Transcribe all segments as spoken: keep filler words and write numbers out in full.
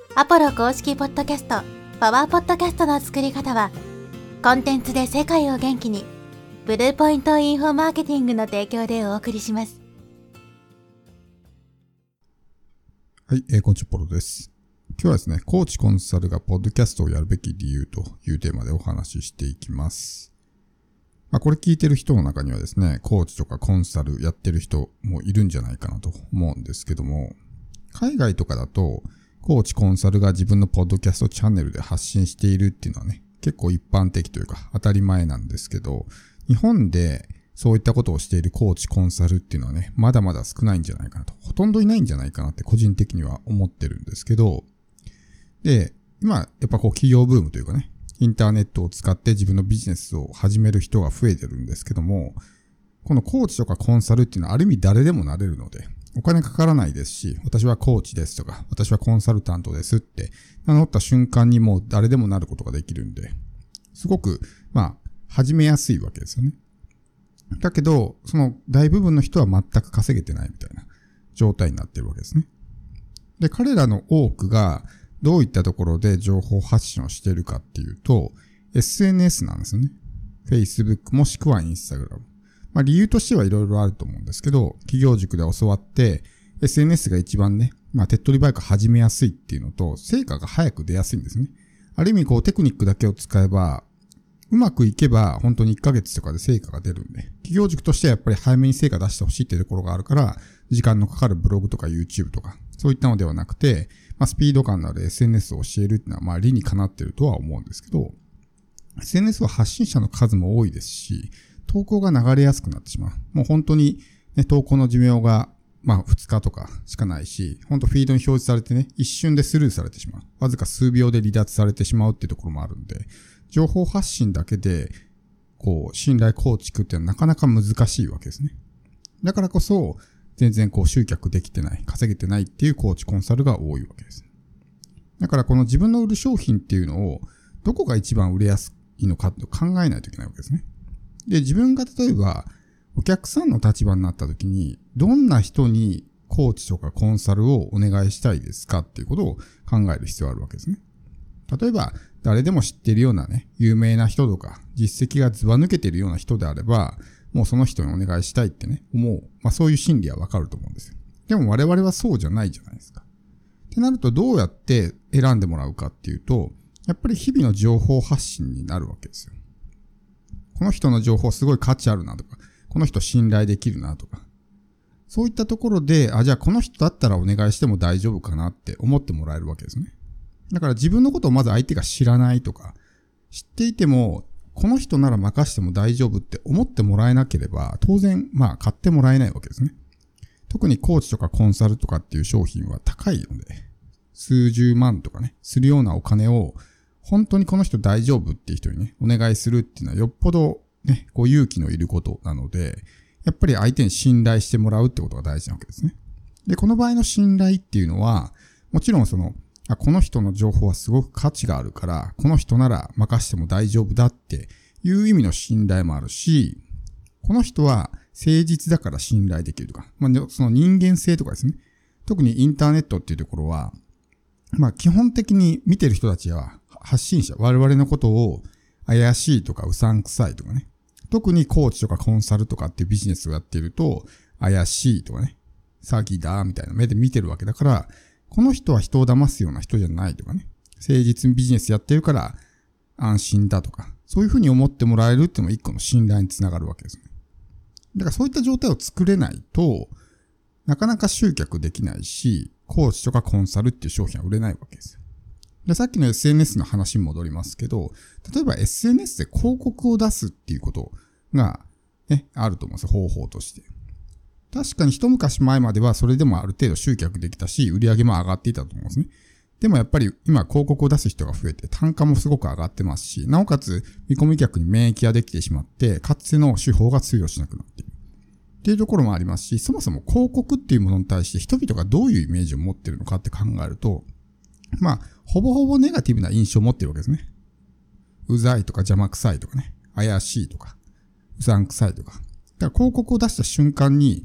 アポロ公式ポッドキャスト、パワーポッドキャストの作り方は、コンテンツで世界を元気に、ブルーポイントインフォマーケティングの提供でお送りします。 はい、えー、こんにちは、ポロです。今日はですね、コーチコンサルがポッドキャストをやるべき理由というテーマでお話ししていきます。まあ、これ聞いてる人の中にはですね、コーチとかコンサルやってる人もいるんじゃないかなと思うんですけども、海外とかだと、コーチコンサルが自分のポッドキャストチャンネルで発信しているっていうのはね、結構一般的というか当たり前なんですけど、日本でそういったことをしているコーチコンサルっていうのはね、まだまだ少ないんじゃないかなと。ほとんどいないんじゃないかなって個人的には思ってるんですけど、で、今やっぱこう企業ブームというかね、インターネットを使って自分のビジネスを始める人が増えてるんですけども、このコーチとかコンサルっていうのはある意味誰でもなれるので、お金かからないですし、私はコーチですとか、私はコンサルタントですって名乗った瞬間にもう誰でもなることができるんで、すごく、まあ、始めやすいわけですよね。だけど、その大部分の人は全く稼げてないみたいな状態になってるわけですね。で、彼らの多くがどういったところで情報発信をしているかっていうと、エスエヌエス なんですよね。Facebook もしくは Instagram。まあ理由としてはいろいろあると思うんですけど、企業塾で教わって エスエヌエス が一番ね、まあ手っ取り早く始めやすいっていうのと、成果が早く出やすいんですね。ある意味こうテクニックだけを使えば、うまくいけば本当にいっかげつとかで成果が出るんで、企業塾としてはやっぱり早めに成果出してほしいっていうところがあるから、時間のかかるブログとか YouTube とか、そういったのではなくて、まあスピード感のある エスエヌエス を教えるっていうのはまあ理にかなってるとは思うんですけど、エスエヌエス は発信者の数も多いですし、投稿が流れやすくなってしまう。もう本当にね、投稿の寿命がまあふつかとかしかないし、本当フィードに表示されてね、一瞬でスルーされてしまう。わずか数秒で離脱されてしまうっていうところもあるんで、情報発信だけで、こう、信頼構築っていうのはなかなか難しいわけですね。だからこそ、全然こう集客できてない、稼げてないっていうコーチコンサルが多いわけです。だからこの自分の売る商品っていうのを、どこが一番売れやすいのかと考えないといけないわけですね。で、自分が例えば、お客さんの立場になった時に、どんな人にコーチとかコンサルをお願いしたいですかっていうことを考える必要があるわけですね。例えば、誰でも知っているようなね、有名な人とか、実績がずば抜けているような人であれば、もうその人にお願いしたいってね、思う。まあそういう心理はわかると思うんですよ。でも我々はそうじゃないじゃないですか。ってなるとどうやって選んでもらうかっていうと、やっぱり日々の情報発信になるわけですよ。この人の情報すごい価値あるなとか、この人信頼できるなとか、そういったところで、あ、じゃあこの人だったらお願いしても大丈夫かなって思ってもらえるわけですね。だから自分のことをまず相手が知らないとか、知っていても、この人なら任しても大丈夫って思ってもらえなければ、当然、まあ買ってもらえないわけですね。特にコーチとかコンサルとかっていう商品は高いので、数十万とかね、するようなお金を、本当にこの人大丈夫っていう人にね、お願いするっていうのはよっぽどね、こう勇気のいることなので、やっぱり相手に信頼してもらうってことが大事なわけですね。で、この場合の信頼っていうのは、もちろんその、あ、この人の情報はすごく価値があるから、この人なら任しても大丈夫だっていう意味の信頼もあるし、この人は誠実だから信頼できるとか、まあ、その人間性とかですね。特にインターネットっていうところは、まあ基本的に見てる人たちは発信者、我々のことを怪しいとかうさんくさいとかね。特にコーチとかコンサルとかっていうビジネスをやっていると、怪しいとかね、詐欺だみたいな目で見てるわけだから、この人は人を騙すような人じゃないとかね。誠実ビジネスやってるから安心だとか。そういうふうに思ってもらえるっていうのも一個の信頼につながるわけですね。だからそういった状態を作れないと、なかなか集客できないし、コーチとかコンサルっていう商品は売れないわけですよ。で、さっきの エスエヌエス の話に戻りますけど、例えば エスエヌエス で広告を出すっていうことがね、あると思うんですよ。方法として。確かに一昔前まではそれでもある程度集客できたし、売り上げも上がっていたと思うんですね。でもやっぱり今広告を出す人が増えて単価もすごく上がってますし、なおかつ見込み客に免疫ができてしまって、かつての手法が通用しなくなっている。っていうところもありますし、そもそも広告っていうものに対して人々がどういうイメージを持っているのかって考えると、まあ、ほぼほぼネガティブな印象を持っているわけですね。うざいとか邪魔くさいとかね、怪しいとか、うさんくさいとか。だから広告を出した瞬間に、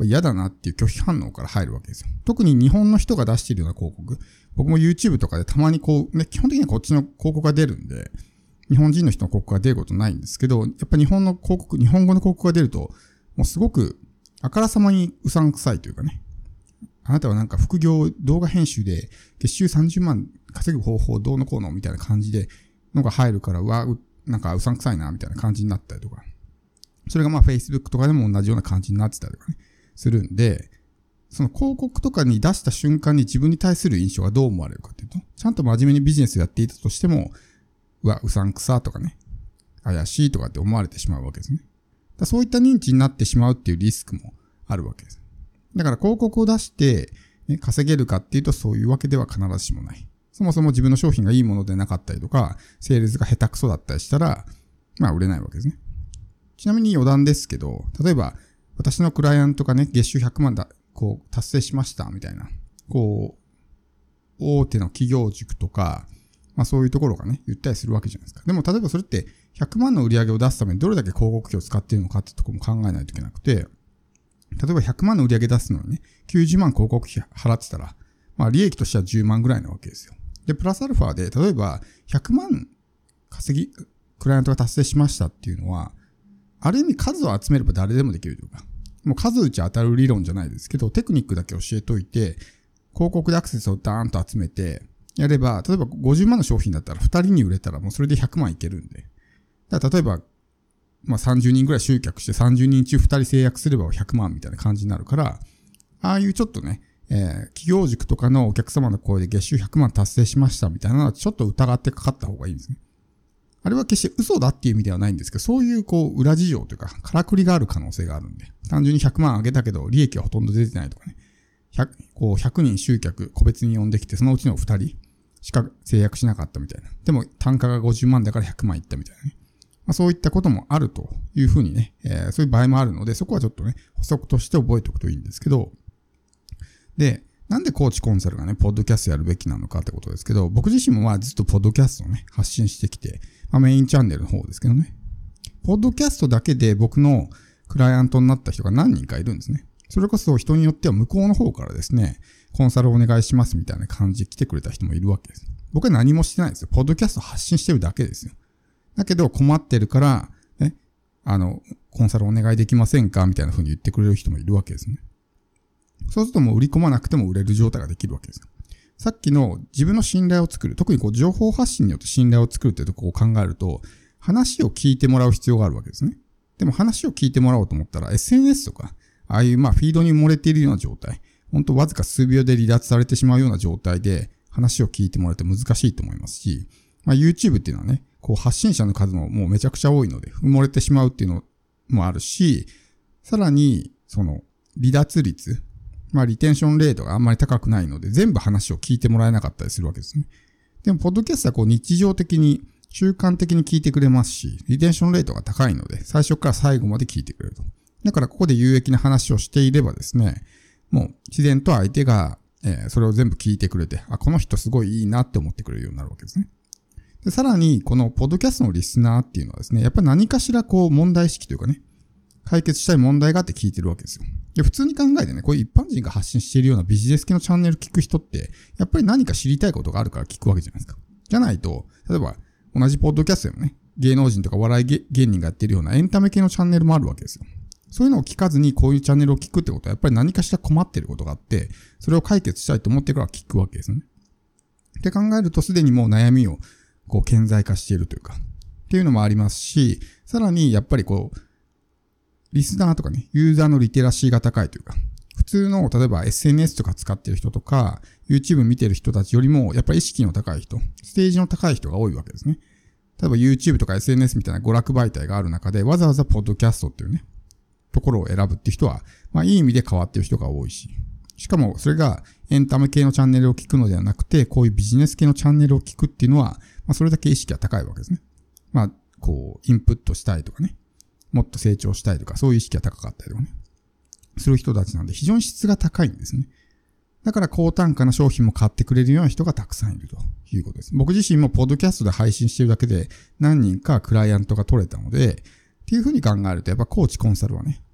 ぱ嫌だなっていう拒否反応から入るわけですよ。特に日本の人が出しているような広告。僕も YouTube とかでたまにこう、ね、基本的にはこっちの広告が出るんで、日本人の人の広告が出ることないんですけど、やっぱ日本の広告、日本語の広告が出ると、もうすごくあからさまにうさんくさいというかね。あなたはなんか副業動画編集で月収さんじゅうまん稼ぐ方法どうのこうのみたいな感じでのが入るから、うわ、なんかうさんくさいなみたいな感じになったりとか。それがまあ Facebook とかでも同じような感じになってたりとかね、するんで、その広告とかに出した瞬間に自分に対する印象がどう思われるかっていうと、ちゃんと真面目にビジネスをやっていたとしても、うわ、うさんくさとかね、怪しいとかって思われてしまうわけですね。だそういった認知になってしまうっていうリスクもあるわけです。だから広告を出して、ね、稼げるかっていうとそういうわけでは必ずしもない。そもそも自分の商品がいいものでなかったりとか、セールスが下手くそだったりしたら、まあ売れないわけですね。ちなみに余談ですけど、例えば私のクライアントがね、月収ひゃくまんだ、こう達成しましたみたいな、こう、大手の企業塾とか、まあそういうところがね、言ったりするわけじゃないですか。でも例えばそれってひゃくまんの売り上げを出すためにどれだけ広告費を使っているのかってところも考えないといけなくて、例えばひゃくまんの売り上げ出すのにね、きゅうじゅうまん広告費払ってたら、まあ利益としてはじゅうまんぐらいなわけですよ。で、プラスアルファで、例えばひゃくまん稼ぎ、クライアントが達成しましたっていうのは、ある意味数を集めれば誰でもできるというか、もう数打ち当たる理論じゃないですけど、テクニックだけ教えといて、広告でアクセスをダーンと集めて、やれば、例えばごじゅうまんの商品だったらふたりに売れたらもうそれでひゃくまんいけるんで。だから例えば、まあさんじゅうにんぐらい集客してさんじゅうにん中ふたり制約すればひゃくまんみたいな感じになるから、ああいうちょっとね、えー、企業塾とかのお客様の声で月収ひゃくまん達成しましたみたいなのはちょっと疑ってかかった方がいいんですね。あれは決して嘘だっていう意味ではないんですけど、そういうこう裏事情というか、からくりがある可能性があるんで、単純にひゃくまん上げたけど利益はほとんど出てないとかね、ひゃく、こうひゃくにん集客個別に呼んできて、そのうちのふたりしか制約しなかったみたいな。でも単価がごじゅうまんだからひゃくまんいったみたいなね。まあ、そういったこともあるというふうにね、えー、そういう場合もあるので、そこはちょっとね、補足として覚えておくといいんですけど、で、なんでコーチコンサルがね、ポッドキャストやるべきなのかってことですけど、僕自身もまあずっとポッドキャストをね、発信してきて、まあメインチャンネルの方ですけどね。ポッドキャストだけで僕のクライアントになった人が何人かいるんですね。それこそ人によっては向こうの方からですね、コンサルお願いしますみたいな感じで来てくれた人もいるわけです。僕は何もしてないですよ。ポッドキャスト発信してるだけですよ。だけど困ってるから、ね、あの、コンサルお願いできませんかみたいな風に言ってくれる人もいるわけですね。そうするともう売り込まなくても売れる状態ができるわけですよ。さっきの自分の信頼を作る、特にこう情報発信によって信頼を作るというところを考えると、話を聞いてもらう必要があるわけですね。でも話を聞いてもらおうと思ったら エスエヌエス とか、ああいうまあフィードに漏れているような状態、本当わずか数秒で離脱されてしまうような状態で話を聞いてもらうと難しいと思いますし、まあ YouTube っていうのはね、こう発信者の数ももうめちゃくちゃ多いので埋もれてしまうっていうのもあるし、さらにその離脱率、まあリテンションレートがあんまり高くないので全部話を聞いてもらえなかったりするわけですね。でもポッドキャストはこう日常的に習慣的に聞いてくれますし、リテンションレートが高いので最初から最後まで聞いてくれると。だからここで有益な話をしていればですね、もう自然と相手が、えー、それを全部聞いてくれて、あ、この人すごいいいなって思ってくれるようになるわけですね。で、さらにこのポッドキャストのリスナーっていうのはですね、やっぱり何かしらこう問題意識というかね、解決したい問題があって聞いてるわけですよ。で、普通に考えてね、こういう一般人が発信しているようなビジネス系のチャンネル聞く人って、やっぱり何か知りたいことがあるから聞くわけじゃないですか。じゃないと、例えば同じポッドキャストでもね、芸能人とか笑い芸人がやってるようなエンタメ系のチャンネルもあるわけですよ。そういうのを聞かずにこういうチャンネルを聞くってことはやっぱり何かしら困ってることがあって、それを解決したいと思ってから聞くわけですよね。って考えるとすでにもう悩みをこう顕在化しているというか、っていうのもありますし、さらにやっぱりこう、リスナーとかね、ユーザーのリテラシーが高いというか、普通の例えば エスエヌエス とか使ってる人とか、YouTube 見てる人たちよりもやっぱり意識の高い人、ステージの高い人が多いわけですね。例えば YouTube とか エスエヌエス みたいな娯楽媒体がある中で、わざわざポッドキャストっていうね、ところを選ぶっていう人は、まあいい意味で変わってる人が多いし、しかもそれがエンタメ系のチャンネルを聞くのではなくて、こういうビジネス系のチャンネルを聞くっていうのは、まあそれだけ意識が高いわけですね。まあ、こう、インプットしたいとかね、もっと成長したいとか、そういう意識が高かったりとかね、する人たちなんで非常に質が高いんですね。だから高単価な商品も買ってくれるような人がたくさんいるということです。僕自身もポッドキャストで配信しているだけで何人かクライアントが取れたので、っていうふうに考えるとやっぱコーチコンサルはね、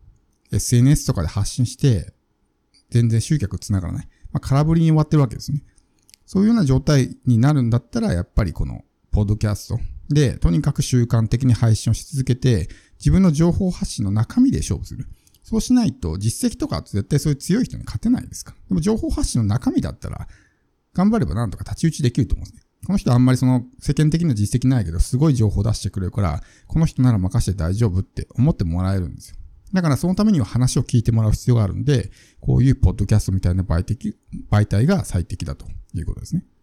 エスエヌエス とかで発信して、全然集客つながらない。まあ、空振りに終わってるわけですね。そういうような状態になるんだったら、やっぱりこの、ポッドキャストで、とにかく習慣的に配信をし続けて、自分の情報発信の中身で勝負する。そうしないと、実績とか絶対そういう強い人に勝てないですから。でも情報発信の中身だったら、頑張ればなんとか太刀打ちできると思うんですね。この人あんまりその世間的な実績ないけど、すごい情報を出してくれるから、この人なら任せて大丈夫って思ってもらえるんですよ。だからそのためには話を聞いてもらう必要があるんで、こういうポッドキャストみたいな媒体、媒体が最適だということですね。